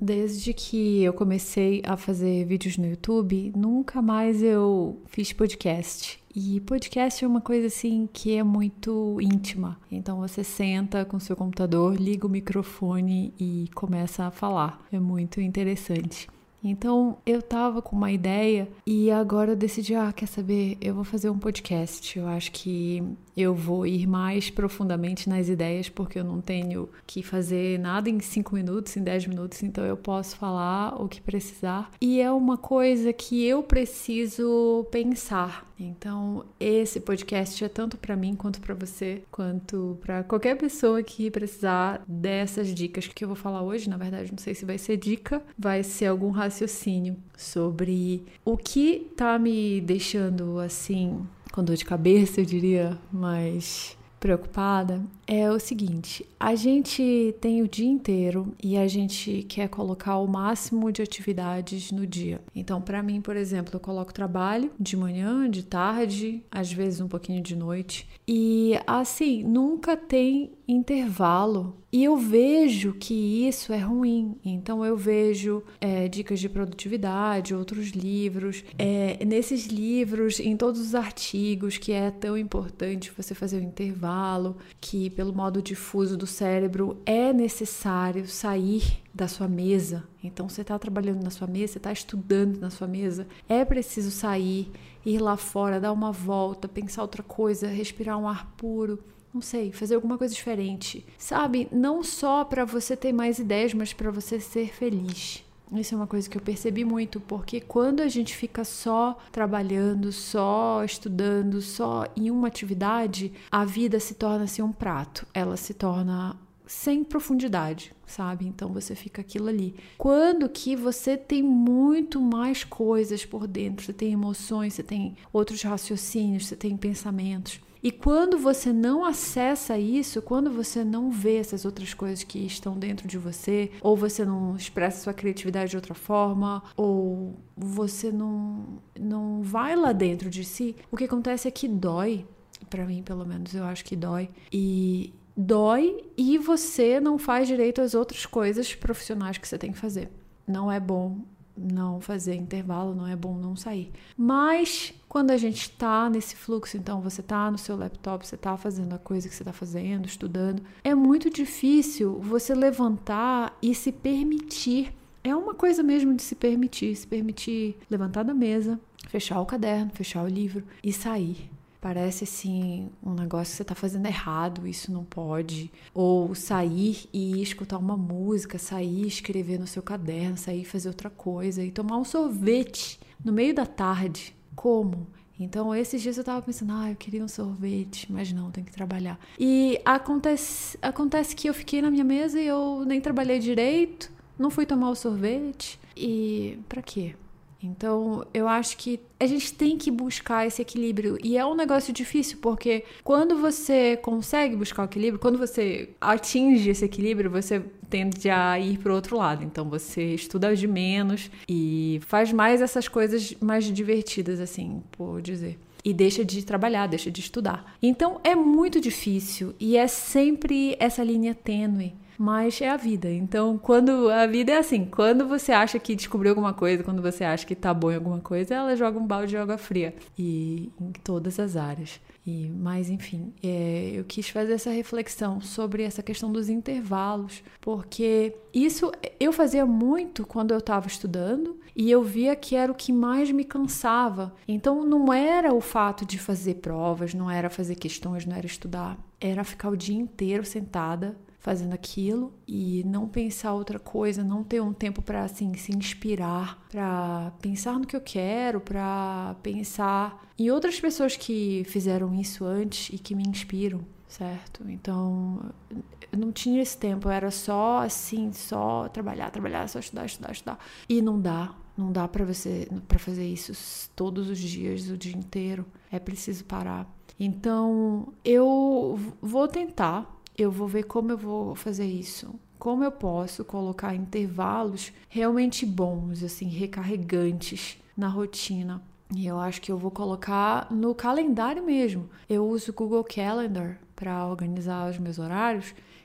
Desde que eu comecei a fazer vídeos no YouTube, nunca mais eu fiz podcast. E podcast é uma coisa assim que é muito íntima. Então você senta com seu computador, liga o microfone e começa a falar. É muito interessante. Então eu tava com uma ideia e agora eu decidi, quer saber? Eu vou fazer um podcast. Eu acho que eu vou ir mais profundamente nas ideias, porque eu não tenho que fazer nada em 5 minutos, em 10 minutos, então eu posso falar o que precisar. E é uma coisa que eu preciso pensar. Então, esse podcast é tanto para mim, quanto para você, quanto para qualquer pessoa que precisar dessas dicas que eu vou falar hoje. Na verdade, não sei se vai ser dica, vai ser algum raciocínio sobre o que tá me deixando assim, com dor de cabeça, eu diria, mas preocupada, é o seguinte: a gente tem o dia inteiro e a gente quer colocar o máximo de atividades no dia. Então, para mim, por exemplo, eu coloco trabalho de manhã, de tarde, às vezes um pouquinho de noite. E assim, nunca tem intervalo. E eu vejo que isso é ruim. Então eu vejo dicas de produtividade, outros livros, nesses livros, em todos os artigos, que é tão importante você fazer o intervalo, que pelo modo difuso do cérebro é necessário sair da sua mesa. Então você está trabalhando na sua mesa, você está estudando na sua mesa, é preciso sair, ir lá fora, dar uma volta, pensar outra coisa, respirar um ar puro. Não sei, fazer alguma coisa diferente, sabe? Não só para você ter mais ideias, mas para você ser feliz. Isso é uma coisa que eu percebi muito, porque quando a gente fica só trabalhando, só estudando, só em uma atividade, a vida se torna assim um prato. Ela se torna sem profundidade, sabe? Então você fica aquilo ali. Quando que você tem muito mais coisas por dentro, você tem emoções, você tem outros raciocínios, você tem pensamentos. E quando você não acessa isso, quando você não vê essas outras coisas que estão dentro de você, ou você não expressa sua criatividade de outra forma, ou você não vai lá dentro de si, o que acontece é que dói. Pra mim, pelo menos, eu acho que dói. E dói e você não faz direito às outras coisas profissionais que você tem que fazer. Não é bom não fazer intervalo, não é bom não sair. Mas quando a gente tá nesse fluxo, então você tá no seu laptop, você tá fazendo a coisa que você tá fazendo, estudando, é muito difícil você levantar e se permitir. É uma coisa mesmo de se permitir levantar da mesa, fechar o caderno, fechar o livro e sair. Parece assim um negócio que você tá fazendo errado, isso não pode. Ou sair e escutar uma música, sair e escrever no seu caderno, sair e fazer outra coisa e tomar um sorvete no meio da tarde. Como? Então, esses dias eu tava pensando, eu queria um sorvete, mas não, tem que trabalhar. E acontece que eu fiquei na minha mesa e eu nem trabalhei direito, não fui tomar o sorvete. E pra quê? Então, eu acho que a gente tem que buscar esse equilíbrio. E é um negócio difícil, porque quando você consegue buscar o equilíbrio, quando você atinge esse equilíbrio, você tende a ir para o outro lado. Então, você estuda de menos e faz mais essas coisas mais divertidas, assim, por dizer. E deixa de trabalhar, deixa de estudar. Então, é muito difícil e é sempre essa linha tênue. Mas é a vida. Então, quando a vida é assim, quando você acha que descobriu alguma coisa, quando você acha que tá bom em alguma coisa, ela joga um balde de água fria. E em todas as áreas. Mas, enfim, eu quis fazer essa reflexão sobre essa questão dos intervalos, porque isso eu fazia muito quando eu estava estudando e eu via que era o que mais me cansava. Então, não era o fato de fazer provas, não era fazer questões, não era estudar, era ficar o dia inteiro sentada fazendo aquilo e não pensar outra coisa, não ter um tempo para assim se inspirar, para pensar no que eu quero, para pensar em outras pessoas que fizeram isso antes e que me inspiram, certo? Então, eu não tinha esse tempo, eu era só assim, só trabalhar, só estudar. E não dá para fazer isso todos os dias, o dia inteiro. É preciso parar. Então, eu vou tentar. Eu vou ver como eu vou fazer isso. Como eu posso colocar intervalos realmente bons, assim, recarregantes na rotina. E eu acho que eu vou colocar no calendário mesmo. Eu uso o Google Calendar para organizar os meus horários.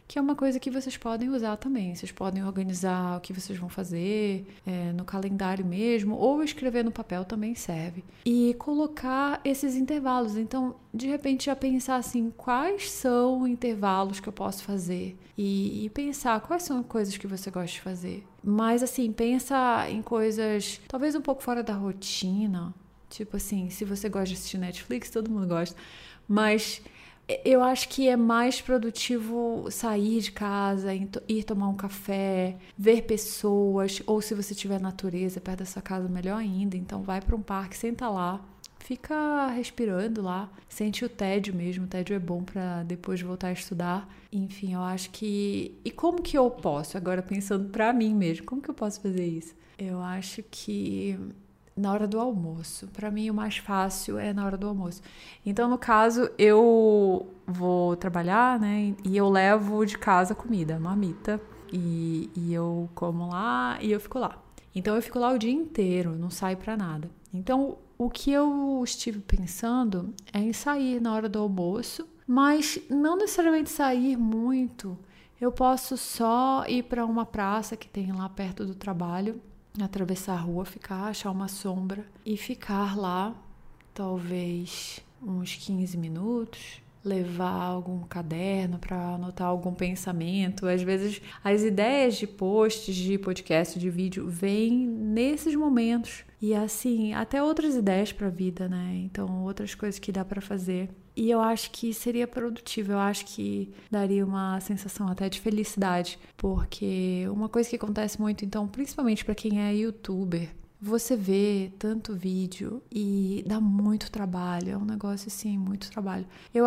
que é uma coisa que vocês podem usar também. Vocês podem organizar o que vocês vão fazer no calendário mesmo, ou escrever no papel também serve. E colocar esses intervalos. Então, de repente, já pensar assim, quais são intervalos que eu posso fazer? E pensar quais são coisas que você gosta de fazer. Mas, assim, pensa em coisas talvez um pouco fora da rotina. Tipo assim, se você gosta de assistir Netflix, todo mundo gosta. Mas eu acho que é mais produtivo sair de casa, ir tomar um café, ver pessoas, ou se você tiver natureza perto da sua casa, melhor ainda. Então vai para um parque, senta lá, fica respirando lá, sente o tédio mesmo. O tédio é bom para depois voltar a estudar. Enfim, eu acho que... E como que eu posso, agora pensando para mim mesmo, como que eu posso fazer isso? Eu acho que... na hora do almoço. Para mim, o mais fácil é na hora do almoço. Então, no caso, eu vou trabalhar, né? E eu levo de casa comida, marmita. E eu como lá e eu fico lá. Então, eu fico lá o dia inteiro, não saio para nada. Então, o que eu estive pensando é em sair na hora do almoço, mas não necessariamente sair muito. Eu posso só ir para uma praça que tem lá perto do trabalho, atravessar a rua, achar uma sombra e ficar lá talvez uns 15 minutos, levar algum caderno para anotar algum pensamento. Às vezes as ideias de posts, de podcast, de vídeo vêm nesses momentos. E assim, até outras ideias para a vida, né? Então, outras coisas que dá para fazer. E eu acho que seria produtivo, eu acho que daria uma sensação até de felicidade, porque uma coisa que acontece muito, então, principalmente para quem é youtuber, você vê tanto vídeo e dá muito trabalho, é um negócio assim, muito trabalho.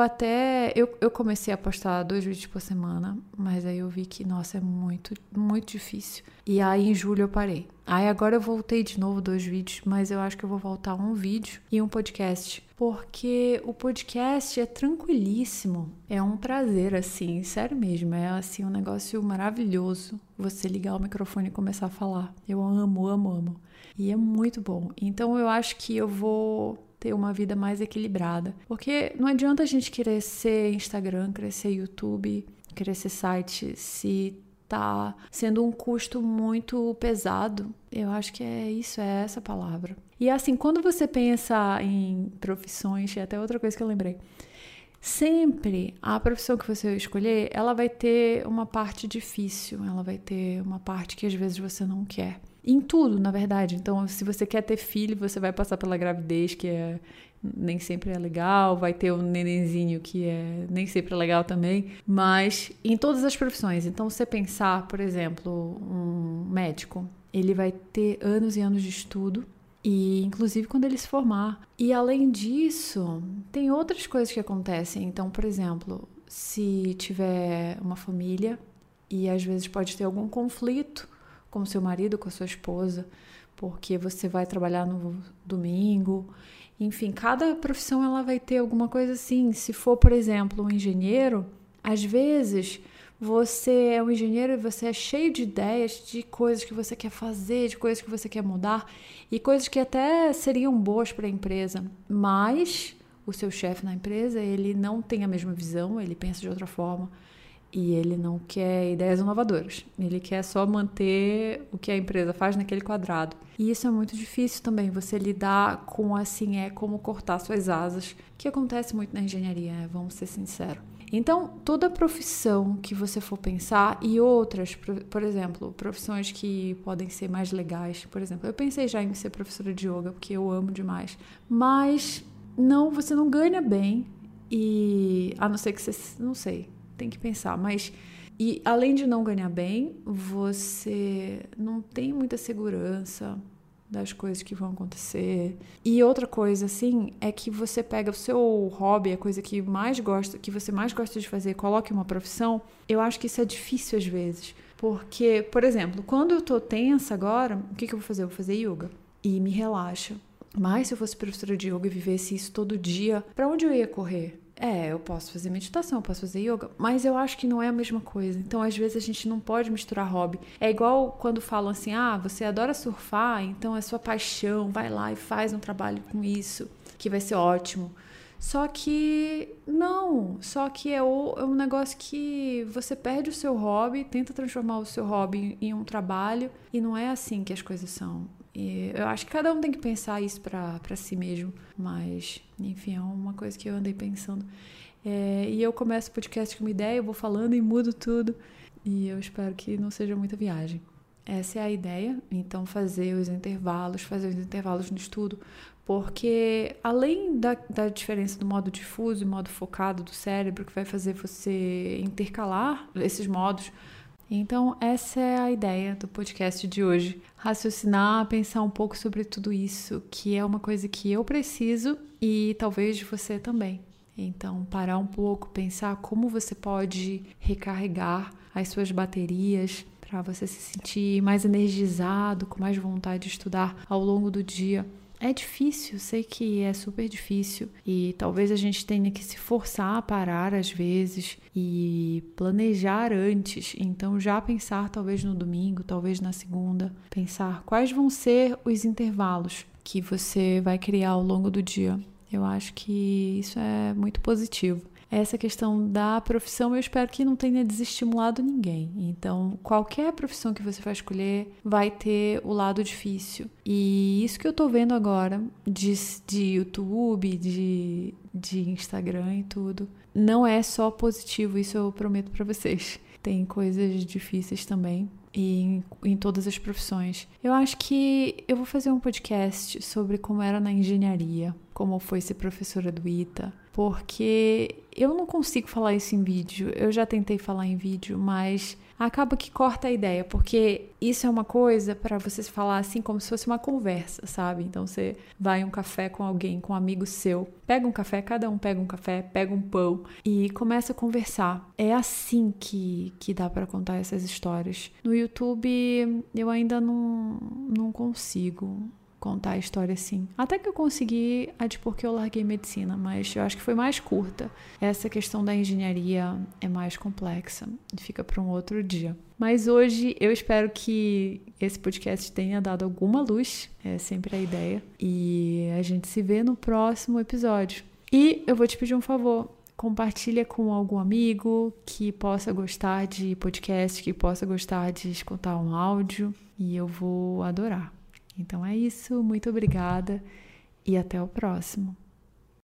Eu comecei a postar 2 vídeos por semana, mas aí eu vi que, nossa, é muito, muito difícil. E aí em julho eu parei. Aí agora eu voltei de novo 2 vídeos, mas eu acho que eu vou voltar um vídeo e um podcast. Porque o podcast é tranquilíssimo, é um prazer, assim, sério mesmo, é assim um negócio maravilhoso você ligar o microfone e começar a falar. Eu amo, amo, amo. E é muito bom. Então eu acho que eu vou ter uma vida mais equilibrada. Porque não adianta a gente querer ser Instagram, querer ser YouTube, querer ser site, se tá sendo um custo muito pesado. Eu acho que é isso, é essa palavra. E assim, quando você pensa em profissões, é até outra coisa que eu lembrei. Sempre a profissão que você escolher, ela vai ter uma parte difícil, ela vai ter uma parte que às vezes você não quer. Em tudo, na verdade. Então, se você quer ter filho, você vai passar pela gravidez, que nem sempre é legal, vai ter um nenenzinho que nem sempre é legal também, mas em todas as profissões. Então, você pensar, por exemplo, um médico, ele vai ter anos e anos de estudo, e inclusive quando ele se formar. E além disso, tem outras coisas que acontecem. Então, por exemplo, se tiver uma família e às vezes pode ter algum conflito com o seu marido, com a sua esposa, porque você vai trabalhar no domingo. Enfim, cada profissão ela vai ter alguma coisa assim. Se for, por exemplo, um engenheiro, às vezes você é um engenheiro e você é cheio de ideias de coisas que você quer fazer, de coisas que você quer mudar e coisas que até seriam boas para a empresa, mas o seu chefe na empresa, ele não tem a mesma visão, ele pensa de outra forma e ele não quer ideias inovadoras, ele quer só manter o que a empresa faz naquele quadrado. E isso é muito difícil também, você lidar com, assim, como cortar suas asas, que acontece muito na engenharia, vamos ser sinceros. Então, toda profissão que você for pensar e outras, por exemplo, profissões que podem ser mais legais, por exemplo, eu pensei já em ser professora de yoga, porque eu amo demais, mas você não ganha bem e, a não ser que você, não sei, tem que pensar, mas e além de não ganhar bem, você não tem muita segurança das coisas que vão acontecer. E outra coisa, assim, é que você pega o seu hobby, a coisa que você mais gosta de fazer, coloque uma profissão. Eu acho que isso é difícil às vezes. Porque, por exemplo, quando eu tô tensa agora, o que eu vou fazer? Eu vou fazer yoga. E me relaxa. Mas se eu fosse professora de yoga e vivesse isso todo dia, pra onde eu ia correr? Eu posso fazer meditação, eu posso fazer yoga, mas eu acho que não é a mesma coisa. Então, às vezes, a gente não pode misturar hobby. É igual quando falam assim, você adora surfar, então é sua paixão, vai lá e faz um trabalho com isso, que vai ser ótimo. Só que é um negócio que você perde o seu hobby, tenta transformar o seu hobby em um trabalho, e não é assim que as coisas são. E eu acho que cada um tem que pensar isso pra si mesmo, mas enfim, é uma coisa que eu andei pensando. E eu começo o podcast com uma ideia, eu vou falando e mudo tudo, e eu espero que não seja muita viagem. Essa é a ideia, então fazer os intervalos no estudo, porque além da diferença do modo difuso e modo focado do cérebro, que vai fazer você intercalar esses modos, então essa é a ideia do podcast de hoje. Raciocinar, pensar um pouco sobre tudo isso, que é uma coisa que eu preciso e talvez você também. Então, parar um pouco, pensar como você pode recarregar as suas baterias para você se sentir mais energizado, com mais vontade de estudar ao longo do dia. É difícil, sei que é super difícil e talvez a gente tenha que se forçar a parar às vezes e planejar antes. Então, já pensar talvez no domingo, talvez na segunda, pensar quais vão ser os intervalos que você vai criar ao longo do dia. Eu acho que isso é muito positivo. Essa questão da profissão, eu espero que não tenha desestimulado ninguém. Então, qualquer profissão que você vai escolher vai ter o lado difícil. E isso que eu tô vendo agora de YouTube, de Instagram e tudo, não é só positivo, isso eu prometo pra vocês. Tem coisas difíceis também. E em todas as profissões. Eu acho que eu vou fazer um podcast sobre como era na engenharia, como foi ser professora do ITA, porque eu não consigo falar isso em vídeo. Eu já tentei falar em vídeo, mas acaba que corta a ideia, porque isso é uma coisa para você falar assim como se fosse uma conversa, sabe? Então você vai em um café com alguém, com um amigo seu, pega um café, cada um pega um café, pega um pão e começa a conversar. É assim que dá para contar essas histórias. No YouTube eu ainda não consigo contar a história assim. Até que eu consegui a de porque eu larguei medicina, mas eu acho que foi mais curta. Essa questão da engenharia é mais complexa e fica para um outro dia. Mas hoje eu espero que esse podcast tenha dado alguma luz, é sempre a ideia, e a gente se vê no próximo episódio. E eu vou te pedir um favor, compartilha com algum amigo que possa gostar de podcast, que possa gostar de escutar um áudio, e eu vou adorar. Então é isso, muito obrigada e até o próximo.